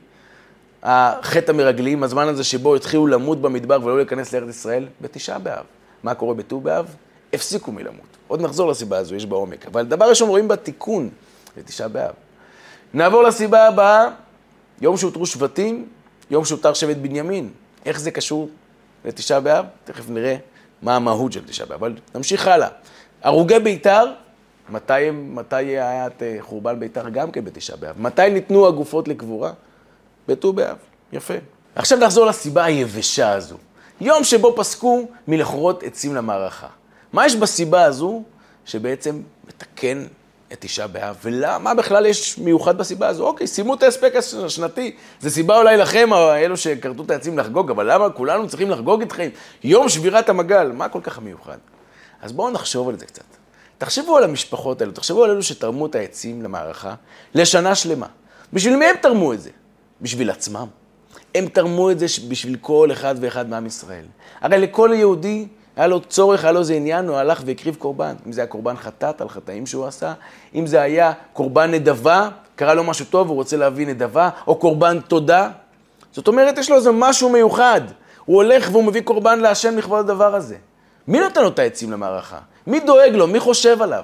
החטא המרגלים, הזמן הזה שבו התחילו למות במדבר ולא להיכנס לארץ ישראל, בתשעה באב. מה קורה בט"ו באב? הפסיקו מלמות. עוד נחזור לסיבה הזו, יש בה עומק. אבל דבר ראשון רואים בתיקון לתשעה באב. נעבור לסיבה הבאה, יום שהותרו שבטים, יום שהותר שבט בנימין. איך זה קשור לתשעה באב? תכף נראה מה המהות של תשעה באב. אבל נמשיך הלאה. הרוגי ביתר, מתי, מתי היה את חורבן ביתר? גם כן בתשעה באב. מתי ניתנו הגופות לקבורה? בט"ו באב. יפה. עכשיו נחזור לסיבה היבשה הזו. יום שבו פסקו מלכרות עצים למערכה. מה יש בסיבה הזו שבעצם מתקן את תשעה באב? ולמה בכלל יש מיוחד בסיבה הזו? אוקיי, שימו את ההספק השנתי. זה סיבה אולי לכם, אלו שקרתו את העצים לחגוג, אבל למה כולנו צריכים לחגוג איתכם? יום שבירת המגל, מה כל כך מיוחד? אז בואו נחשוב על זה קצת. תחשבו על המשפחות האלו, תחשבו על אלו שתרמו את העצים למערכה לשנה שלמה. בשביל מי הם תרמו את זה? בשביל עצמם. הם תרמו את זה בשביל כל אחד ואחד מעם ישראל. הרי לכל יהודי היה לו צורך, היה לו איזה עניין, הוא הלך והקריב קורבן. אם זה היה קורבן חטאת על חטאים שהוא עשה, אם זה היה קורבן נדבה, קרה לו משהו טוב, הוא רוצה להביא נדבה, או קורבן תודה. זאת אומרת, יש לו איזה משהו מיוחד. הוא הולך והוא מביא קורבן להשם לכבוד הדבר הזה. מי נותן לו את העצים למערכה? מי דואג לו? מי חושב עליו?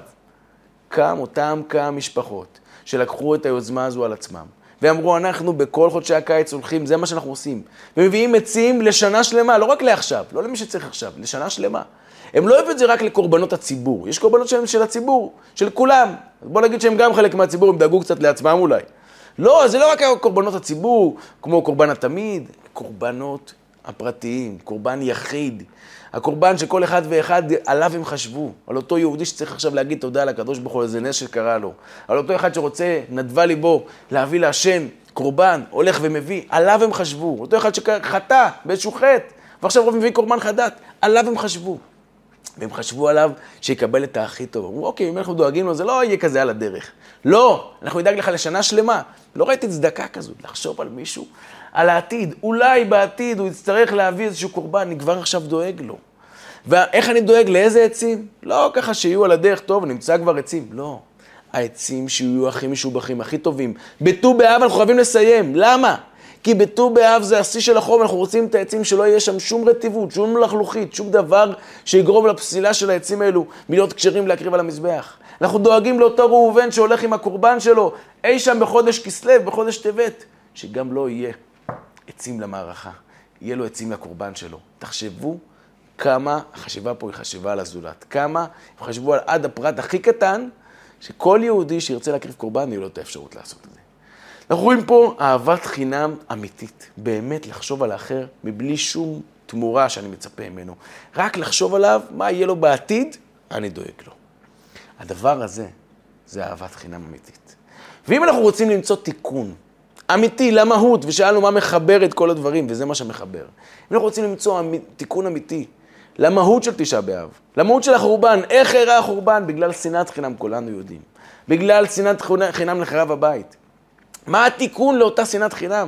קם אותם כמה משפחות שלקחו את היוזמה הזו על עצמם. ואמרו, אנחנו בכל חודשי הקיץ הולכים, זה מה שאנחנו עושים. ומביאים עצים לשנה שלמה, לא רק לעכשיו, לא למי שצריך עכשיו, לשנה שלמה. הם לא אוהבים את זה רק לקורבנות הציבור. יש קורבנות של, של הציבור, של כולם. אז בוא נגיד שהם גם חלק מהציבור, הם דאגו קצת לעצמם אולי. לא, זה לא רק קורבנות הציבור, כמו קורבן התמיד, קורבנות הפרטיים, קורבן יחיד. הקורבן שכל אחד ואחד עליו הם חשבו, על אותו יהודי שצריך עכשיו להגיד תודה לקדוש ברוך הוא, איזה נס שקרה לו. על אותו אחד שרוצה, נדבה ליבו, להביא להשם קורבן, הולך ומביא, עליו הם חשבו. אותו אחד שחטא באיזשהו חטא, ועכשיו הוא מביא קורבן חטאת, עליו הם חשבו. והם חשבו עליו שיקבל את הכי טוב. אמרו, אוקיי, אם אנחנו דואגים לו, זה לא יהיה כזה על הדרך. לא, אנחנו נדאג לך לשנה שלמה. לא ראיתי צדקה כזו, לחשוב על מישהו, על העתיד. אולי בעתיד הוא יצטרך להביא איזשהו קורבן, אני כבר עכשיו דואג לו. ואיך אני דואג? לאיזה עצים? לא ככה שיהיו על הדרך טוב, נמצא כבר עצים. לא. העצים שיהיו הכי משובחים, הכי טובים. בט"ו באב אנחנו חייבים לסיים. למה? כי בט"ו באב זה השיא של החום, אנחנו רוצים את העצים שלא יהיה שם שום רטיבות, שום לחלוכית, שום דבר שיגרום לפסילה של העצים האלו מלהיות כשרים להקריב על המזבח. אנחנו דואגים לאותו ראובן שהולך עם הקורבן שלו, אי שם בחודש כסלו, בחודש טבת, שגם לא יהיה עצים למערכה, יהיה לו עצים לקורבן שלו. תחשבו כמה החשיבה פה היא חשיבה על הזולת, כמה חשבו על עד הפרט הכי קטן, שכל יהודי שירצה להקריב קורבן, יהיה לו את האפשרות לעשות את זה. אנחנו רואים פה אהבת חינם אמיתית, באמת לחשוב על האחר, מבלי שום תמורה שאני מצפה ממנו. רק לחשוב עליו, מה יהיה לו בעתיד, אני דואג לו. הדבר הזה, זה אהבת חינם אמיתית. ואם אנחנו רוצים למצוא תיקון אמיתי למהות, ושאלנו מה מחבר את כל הדברים, וזה מה שמחבר. אם אנחנו רוצים למצוא תיקון אמיתי למהות של תשעה באב, למהות של החורבן, איך הראה החורבן? בגלל שנאת חינם, כולנו יודעים. בגלל שנאת חינם לחרב הבית. מה התיקון לאותה שנאת חינם?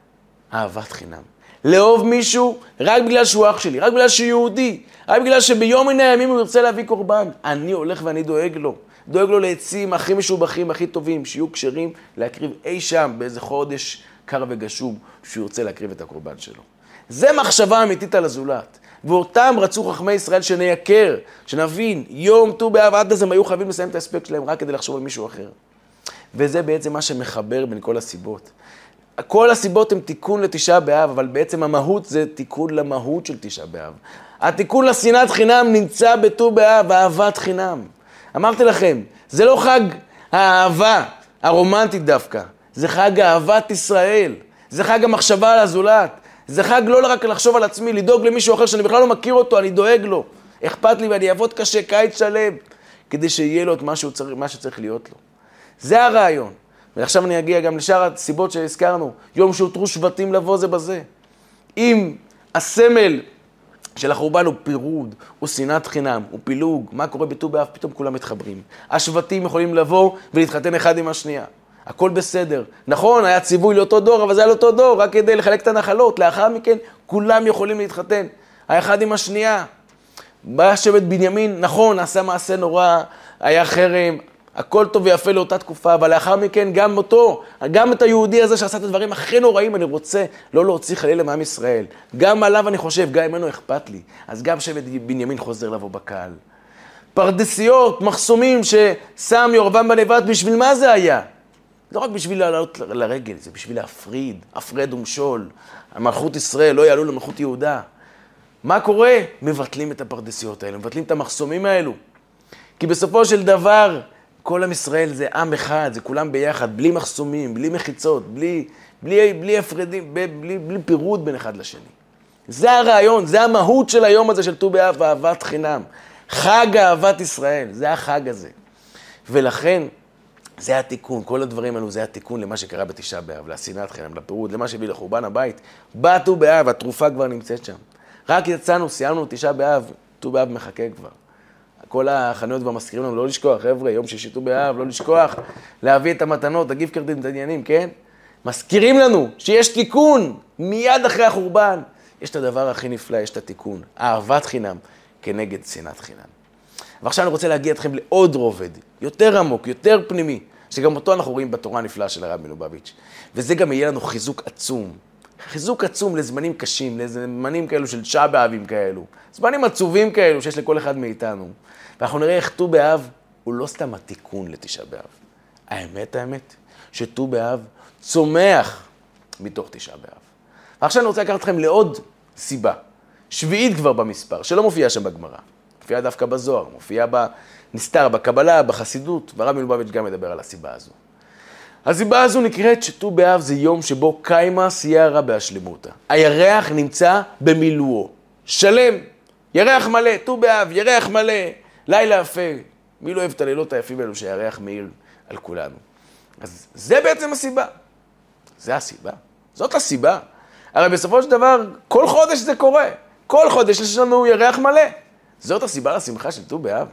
אהבת חינם. לאהוב מישהו רק בגלל שהוא אח שלי, רק בגלל שהוא יהודי, רק בגלל שביום מן הימים הוא ירצה להביא קורבן. אני הולך ואני דואג לו. דואג לו לעצים הכי משובחים, הכי טובים, שיהיו כשרים להקריב אי שם באיזה חודש קר וגשום, שהוא ירצה להקריב את הקורבן שלו. זה מחשבה אמיתית על הזולת. ואותם רצו חכמי ישראל שנייקר, שנבין, יום ט"ו באב, עד אז הם היו חייבים לסיים את האספקט שלהם רק כדי לחשוב על מישהו אחר. וזה בעצם מה שמחבר בין כל הסיבות. כל הסיבות הם תיקון לתשעה באב, אבל בעצם המהות זה תיקון למהות של תשעה באב. התיקון לשנאת חינם נמצא בט"ו באב, אהבת חינם. אמרתי לכם, זה לא חג האהבה הרומנטית דווקא, זה חג אהבת ישראל, זה חג המחשבה על הזולת, זה חג לא רק לחשוב על עצמי, לדאוג למישהו אחר שאני בכלל לא מכיר אותו, אני דואג לו, אכפת לי ואני אעבוד קשה, קיץ שלם, כדי שיהיה לו את מה, צריך, מה שצריך להיות לו. זה הרעיון. ועכשיו אני אגיע גם לשאר הסיבות שהזכרנו, יום שהותרו שבטים לבוא זה בזה. אם הסמל של החורבן הוא פירוד, הוא שנאת חינם, הוא פילוג, מה קורה בט"ו באב? פתאום כולם מתחברים. השבטים יכולים לבוא ולהתחתן אחד עם השנייה. הכל בסדר. נכון, היה ציווי לאותו דור, אבל זה היה לאותו דור, רק כדי לחלק את הנחלות. לאחר מכן, כולם יכולים להתחתן. האחד עם השנייה. בא שבט בנימין, נכון, עשה מעשה נורא, היה חרם, הכל טוב ויפה לאותה תקופה, אבל לאחר מכן גם אותו, גם את היהודי הזה שעשה את הדברים הכי נוראים, אני רוצה לא להוציא חלילה מעם ישראל. גם עליו אני חושב, גם ממנו אכפת לי. אז גם שבט בנימין חוזר לבוא בקהל. פרדסיות, מחסומים ששם ירבעם בנבט, בשביל מה זה היה? לא רק בשביל לעלות לרגל, זה בשביל להפריד, הפרד ומשול. המלכות ישראל לא יעלו למלכות יהודה. מה קורה? מבטלים את הפרדסיות האלו, מבטלים את המחסומים האלו. כי בסופו של דבר, כל עם ישראל זה עם אחד, זה כולם ביחד, בלי מחסומים, בלי מחיצות, בלי, בלי, בלי הפרדים, בלי, בלי, בלי פירוד בין אחד לשני. זה הרעיון, זה המהות של היום הזה של ט"ו באב, אהבת חינם. חג אהבת ישראל, זה החג הזה. ולכן, זה התיקון, כל הדברים האלו, זה התיקון למה שקרה בתשעה באב, לשנאת חינם, לפירוד, למה שהביא לחורבן הבית. בא ט"ו באב, התרופה כבר נמצאת שם. רק יצאנו, סיימנו תשעה באב, ט"ו באב מחכה כבר. כל החנויות כבר מזכירים לנו לא לשכוח, חבר'ה, יום שישי ט"ו באב, לא לשכוח, להביא את המתנות, הגיף קרטים, את העניינים, כן? מזכירים לנו שיש תיקון מיד אחרי החורבן. יש את הדבר הכי נפלא, יש את התיקון, אהבת חינם כנגד שנאת חינם. ועכשיו אני רוצה להגיע אתכם לעוד רובד, יותר עמוק, יותר פנימי, שגם אותו אנחנו רואים בתורה הנפלאה של הרב מלובביץ'. וזה גם יהיה לנו חיזוק עצום. חיזוק עצום לזמנים קשים, לזמנים כאלו של תשעה באבים כאלו. זמנים עצובים כאלו שיש לכל אחד מאיתנו. ואנחנו נראה איך ט"ו באב הוא לא סתם התיקון לתשעה באב. האמת, האמת, שט"ו באב צומח מתוך תשעה באב. ועכשיו אני רוצה לקחת אתכם לעוד סיבה, שביעית כבר במספר, שלא מופיעה שם בגמרא. מופיעה דווקא בזוהר, מופיעה בנסתר, בקבלה, בחסידות, והרב מלובביץ' גם מדבר על הסיבה הזו. הסיבה הזו נקראת שט"ו באב זה יום שבו קיימה סיירה בהשלמותה. הירח נמצא במילואו. שלם, ירח מלא, ט"ו באב, ירח מלא, לילה יפה. מי לא אוהב את הלילות היפים האלו שהירח מאיר על כולנו. אז זה בעצם הסיבה. זה הסיבה. זאת הסיבה. הרי בסופו של דבר, כל חודש זה קורה. כל חודש יש לנו ירח מלא. זאת הסיבה לשמחה של ט"ו באב.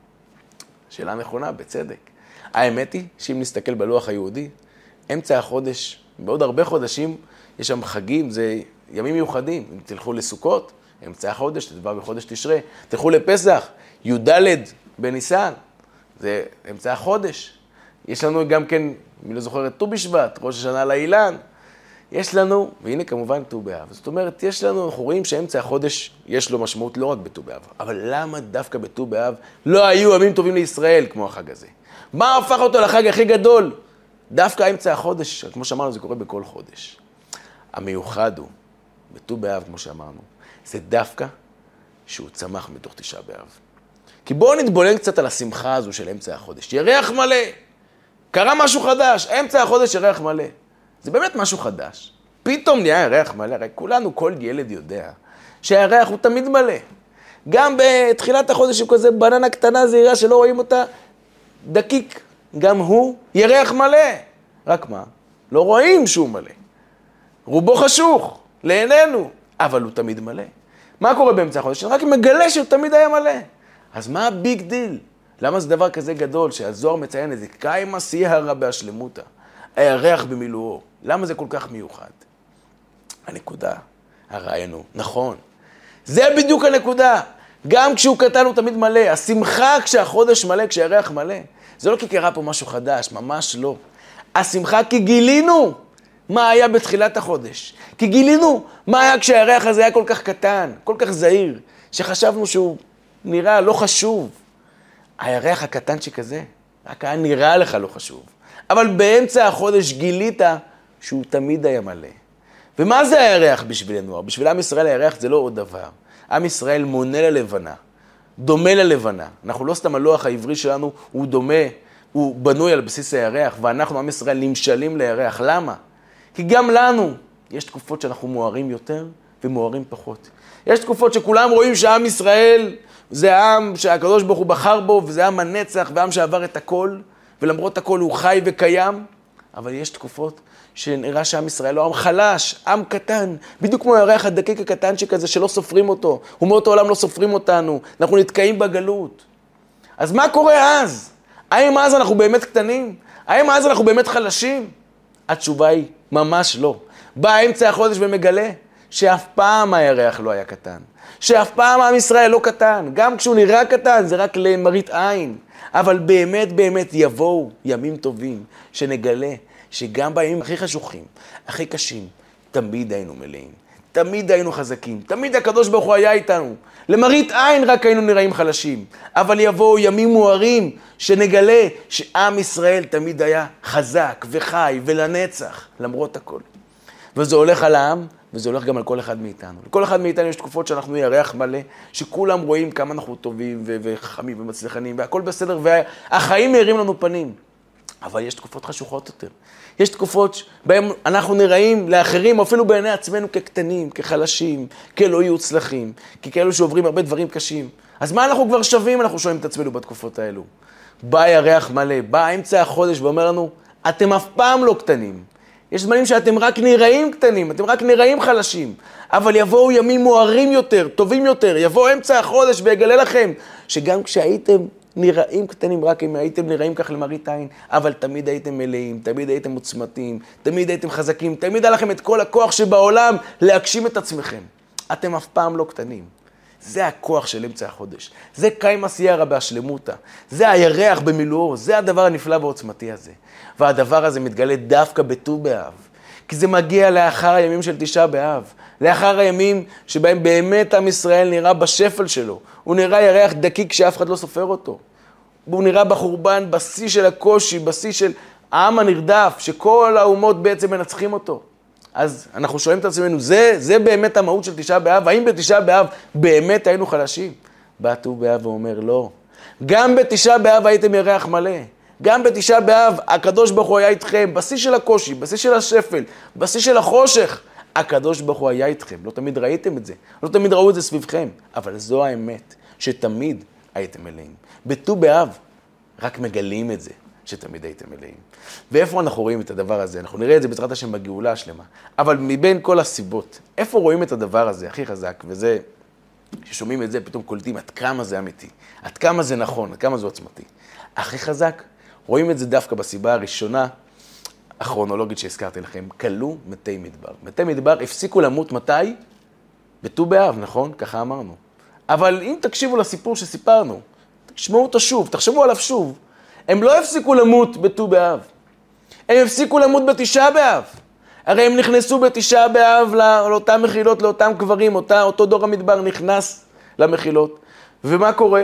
שאלה נכונה, בצדק. האמת היא שאם נסתכל בלוח היהודי, אמצע החודש, בעוד הרבה חודשים, יש שם חגים, זה ימים מיוחדים. אם תלכו לסוכות, אמצע החודש, זה דבר בחודש תשרה. תלכו לפסח, י"ד בניסן, זה אמצע החודש. יש לנו גם כן, מי לא זוכר את ט"ו בשבט, ראש השנה לאילן. יש לנו, והנה כמובן ט"ו באב. זאת אומרת, יש לנו, אנחנו רואים שאמצע החודש יש לו משמעות לא רק בט"ו באב. אבל למה דווקא בט"ו באב לא היו ימים טובים לישראל כמו החג הזה? מה הפך אותו לחג הכי גדול? דווקא אמצע החודש, כמו שאמרנו, זה קורה בכל חודש. המיוחד הוא, בט"ו באב, כמו שאמרנו, זה דווקא שהוא צמח מתוך תשעה באב. כי בואו נתבונן קצת על השמחה הזו של אמצע החודש. ירח מלא, קרה משהו חדש, אמצע החודש ירח מלא. זה באמת משהו חדש. פתאום נהיה ירח מלא, הרי כולנו, כל ילד יודע שהירח הוא תמיד מלא. גם בתחילת החודש הוא כזה בננה קטנה זהירה שלא רואים אותה, דקיק, גם הוא ירח מלא. רק מה? לא רואים שהוא מלא. רובו חשוך, לעינינו, אבל הוא תמיד מלא. מה קורה באמצע החודש? רק מגלה שהוא תמיד היה מלא. אז מה הביג דיל? למה זה דבר כזה גדול שהזוהר מציין את זה? קיימה סיירה בהשלמותה. הירח במילואו. למה זה כל כך מיוחד? הנקודה, הרעיון הוא, נכון. זה בדיוק הנקודה. גם כשהוא קטן הוא תמיד מלא. השמחה כשהחודש מלא, כשהירח מלא. זה לא כי קרה פה משהו חדש, ממש לא. השמחה כי גילינו מה היה בתחילת החודש. כי גילינו מה היה כשהירח הזה היה כל כך קטן, כל כך זהיר, שחשבנו שהוא נראה לא חשוב. הירח הקטנצ'יק הזה, רק היה נראה לך לא חשוב. אבל באמצע החודש גילית שהוא תמיד היה מלא. ומה זה הירח בשבילנו? בשביל עם ישראל הירח זה לא עוד דבר. עם ישראל מונה ללבנה, דומה ללבנה. אנחנו לא סתם הלוח העברי שלנו, הוא דומה, הוא בנוי על בסיס הירח, ואנחנו עם ישראל נמשלים לירח. למה? כי גם לנו יש תקופות שאנחנו מוארים יותר ומוארים פחות. יש תקופות שכולם רואים שעם ישראל זה עם שהקדוש ברוך הוא בחר בו, וזה עם הנצח ועם שעבר את הכל, ולמרות הכל הוא חי וקיים. אבל יש תקופות שנראה שעם ישראל לא עם חלש, עם קטן, בדיוק כמו הירח הדקיק הקטן שכזה שלא סופרים אותו, אומות העולם לא סופרים אותנו, אנחנו נתקעים בגלות. אז מה קורה אז? האם אז אנחנו באמת קטנים? האם אז אנחנו באמת חלשים? התשובה היא ממש לא. בא אמצע החודש ומגלה שאף פעם הירח לא היה קטן, שאף פעם עם ישראל לא קטן, גם כשהוא נראה קטן זה רק למראית עין, אבל באמת באמת יבואו ימים טובים שנגלה שגם בימים הכי חשוכים, הכי קשים, תמיד היינו מלאים, תמיד היינו חזקים, תמיד הקדוש ברוך הוא היה איתנו. למראית עין רק היינו נראים חלשים, אבל יבואו ימים מוארים שנגלה שעם ישראל תמיד היה חזק וחי ולנצח, למרות הכל. וזה הולך על העם, וזה הולך גם על כל אחד מאיתנו. לכל אחד מאיתנו יש תקופות שאנחנו ירח מלא, שכולם רואים כמה אנחנו טובים ו- וחכמים ומצליחנים, והכל בסדר, והחיים מאירים לנו פנים. אבל יש תקופות חשוכות יותר. יש תקופות בהן אנחנו נראים לאחרים, אפילו בעיני עצמנו כקטנים, כחלשים, כלא יוצלחים, ככאלו שעוברים הרבה דברים קשים. אז מה אנחנו כבר שווים, אנחנו שואלים את עצמנו בתקופות האלו? בא ירח מלא, בא אמצע החודש ואומר לנו, אתם אף פעם לא קטנים. יש זמנים שאתם רק נראים קטנים, אתם רק נראים חלשים, אבל יבואו ימים מוארים יותר, טובים יותר, יבוא אמצע החודש ויגלה לכם שגם כשהייתם נראים קטנים, רק אם הייתם נראים כך למראית עין, אבל תמיד הייתם מלאים, תמיד הייתם עוצמתיים, תמיד הייתם חזקים, תמיד היה לכם את כל הכוח שבעולם להגשים את עצמכם. אתם אף פעם לא קטנים. זה הכוח של אמצע החודש. זה קיימא סיירא בהשלמותא. זה הירח במילואו, זה הדבר הנפלא והעוצמתי הזה. והדבר הזה מתגלה דווקא בט"ו באב. כי זה מגיע לאחר הימים של תשעה באב. לאחר הימים שבהם באמת עם ישראל נראה בשפל שלו. הוא נראה ירח דקיק שאף אחד לא סופר אותו. הוא נראה בחורבן, בשיא של הקושי, בשיא של העם הנרדף, שכל האומות בעצם מנצחים אותו. אז אנחנו שואלים את עצמנו, זה, זה באמת המהות של תשעה באב? האם בתשעה באב באמת היינו חלשים? בא ט"ו באב ואומר, לא. גם בתשעה באב הייתם ירח מלא. גם בתשעה באב הקדוש ברוך הוא היה איתכם, בשיא של הקושי, בשיא של השפל, בשיא של החושך. הקדוש ברוך הוא היה איתכם. לא תמיד ראיתם את זה, לא תמיד ראו את זה סביבכם. אבל זו האמת, שתמיד הייתם מלאים. בט"ו באב רק מגלים את זה. שתמיד הייתם מלאים. ואיפה אנחנו רואים את הדבר הזה? אנחנו נראה את זה בעזרת השם בגאולה השלמה. אבל מבין כל הסיבות, איפה רואים את הדבר הזה הכי חזק? וזה, כששומעים את זה, פתאום קולטים עד כמה זה אמיתי, עד כמה זה נכון, עד כמה זה עוצמתי. הכי חזק, רואים את זה דווקא בסיבה הראשונה, הכרונולוגית שהזכרתי לכם, כלו מתי מדבר. מתי מדבר הפסיקו למות מתי? בט"ו באב, נכון? ככה אמרנו. אבל אם תקשיבו לסיפור שסיפרנו, תשמעו אותו שוב, תחשבו עליו שוב, הם לא הפסיקו למות בט"ו באב. הם הפסיקו למות בתשעה באב. הרי הם נכנסו בתשעה באב לאותן מחילות, לאותם קברים, אותה, אותו דור המדבר נכנס למחילות. ומה קורה?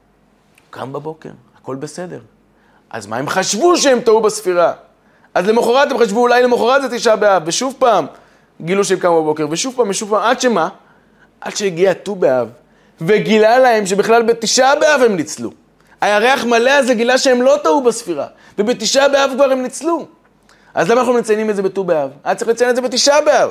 קם בבוקר, הכל בסדר. אז מה הם חשבו שהם טעו בספירה? אז למחרת הם חשבו, אולי למחרת זה תשעה באב, ושוב פעם גילו שהם קמו בבוקר, ושוב פעם, ושוב פעם, עד שמה? עד שהגיע ט"ו באב, וגילה להם שבכלל בתשעה באב הם ניצלו. הירח מלא הזה גילה שהם לא טעו בספירה, ובתשעה באב כבר הם ניצלו. אז למה אנחנו מציינים את זה בט"ו באב? היה צריך לציין את זה בתשעה באב.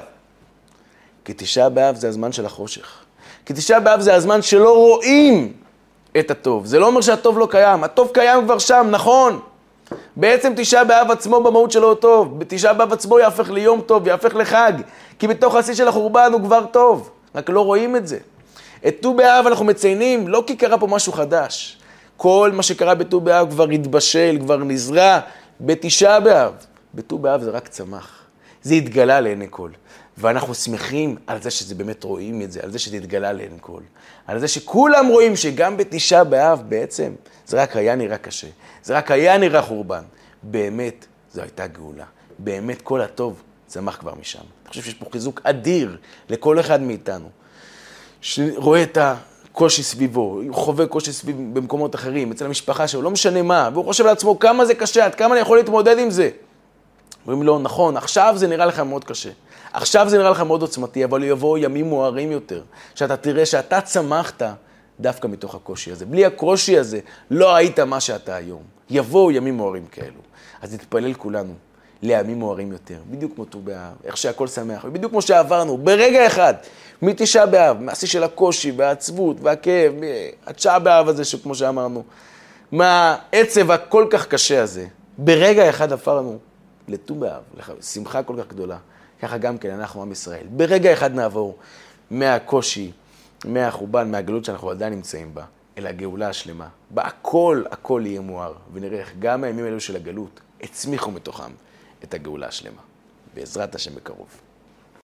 כי תשעה באב זה הזמן של החושך. כי תשעה באב זה הזמן שלא רואים את הטוב. זה לא אומר שהטוב לא קיים. הטוב קיים כבר שם, נכון. בעצם תשעה באב עצמו במהות שלו טוב. בתשעה באב עצמו יהפך ליום טוב, יהפך לחג. כי בתוך השיא של החורבן הוא כבר טוב. רק לא רואים את זה. את ט"ו באב אנחנו מציינים לא כי קרה פה משהו חדש. כל מה שקרה בט"ו באב כבר התבשל, כבר נזרע בתשעה באב. בט"ו באב זה רק צמח. זה התגלה לעיני כל. ואנחנו שמחים על זה שזה באמת רואים את זה, על זה שזה התגלה לעיני כל. על זה שכולם רואים שגם בתשעה באב בעצם זה רק היה נראה קשה. זה רק היה נראה חורבן. באמת זו הייתה גאולה. באמת כל הטוב צמח כבר משם. אני חושב שיש פה חיזוק אדיר לכל אחד מאיתנו, שרואה את הקושי סביבו, הוא חווה קושי סביב במקומות אחרים, אצל המשפחה שלו, לא משנה מה, והוא חושב לעצמו כמה זה קשה, עד כמה אני יכול להתמודד עם זה. אומרים לו, נכון, עכשיו זה נראה לך מאוד קשה, עכשיו זה נראה לך מאוד עוצמתי, אבל יבואו ימים מוארים יותר, שאתה תראה שאתה צמחת דווקא מתוך הקושי הזה. בלי הקושי הזה לא היית מה שאתה היום. יבואו ימים מוארים כאלו. אז נתפלל כולנו לימים מוארים יותר, בדיוק כמו ט"ו באב, איך שהכל שמח, ובדיוק כמו שעברנו, ברגע אחד, מתשעה באב, מעשי של הקושי והעצבות והכאב, התשעה באב הזה שכמו שאמרנו, מהעצב הכל כך קשה הזה, ברגע אחד עברנו לט"ו באב, שמחה כל כך גדולה, ככה גם כן אנחנו עם ישראל, ברגע אחד נעבור מהקושי, מהחורבן, מהגלות שאנחנו עדיין נמצאים בה, אל הגאולה השלמה, בה הכל, הכל יהיה מואר, ונראה איך גם הימים האלו של הגלות הצמיחו מתוכם את הגאולה השלמה, בעזרת השם בקרוב.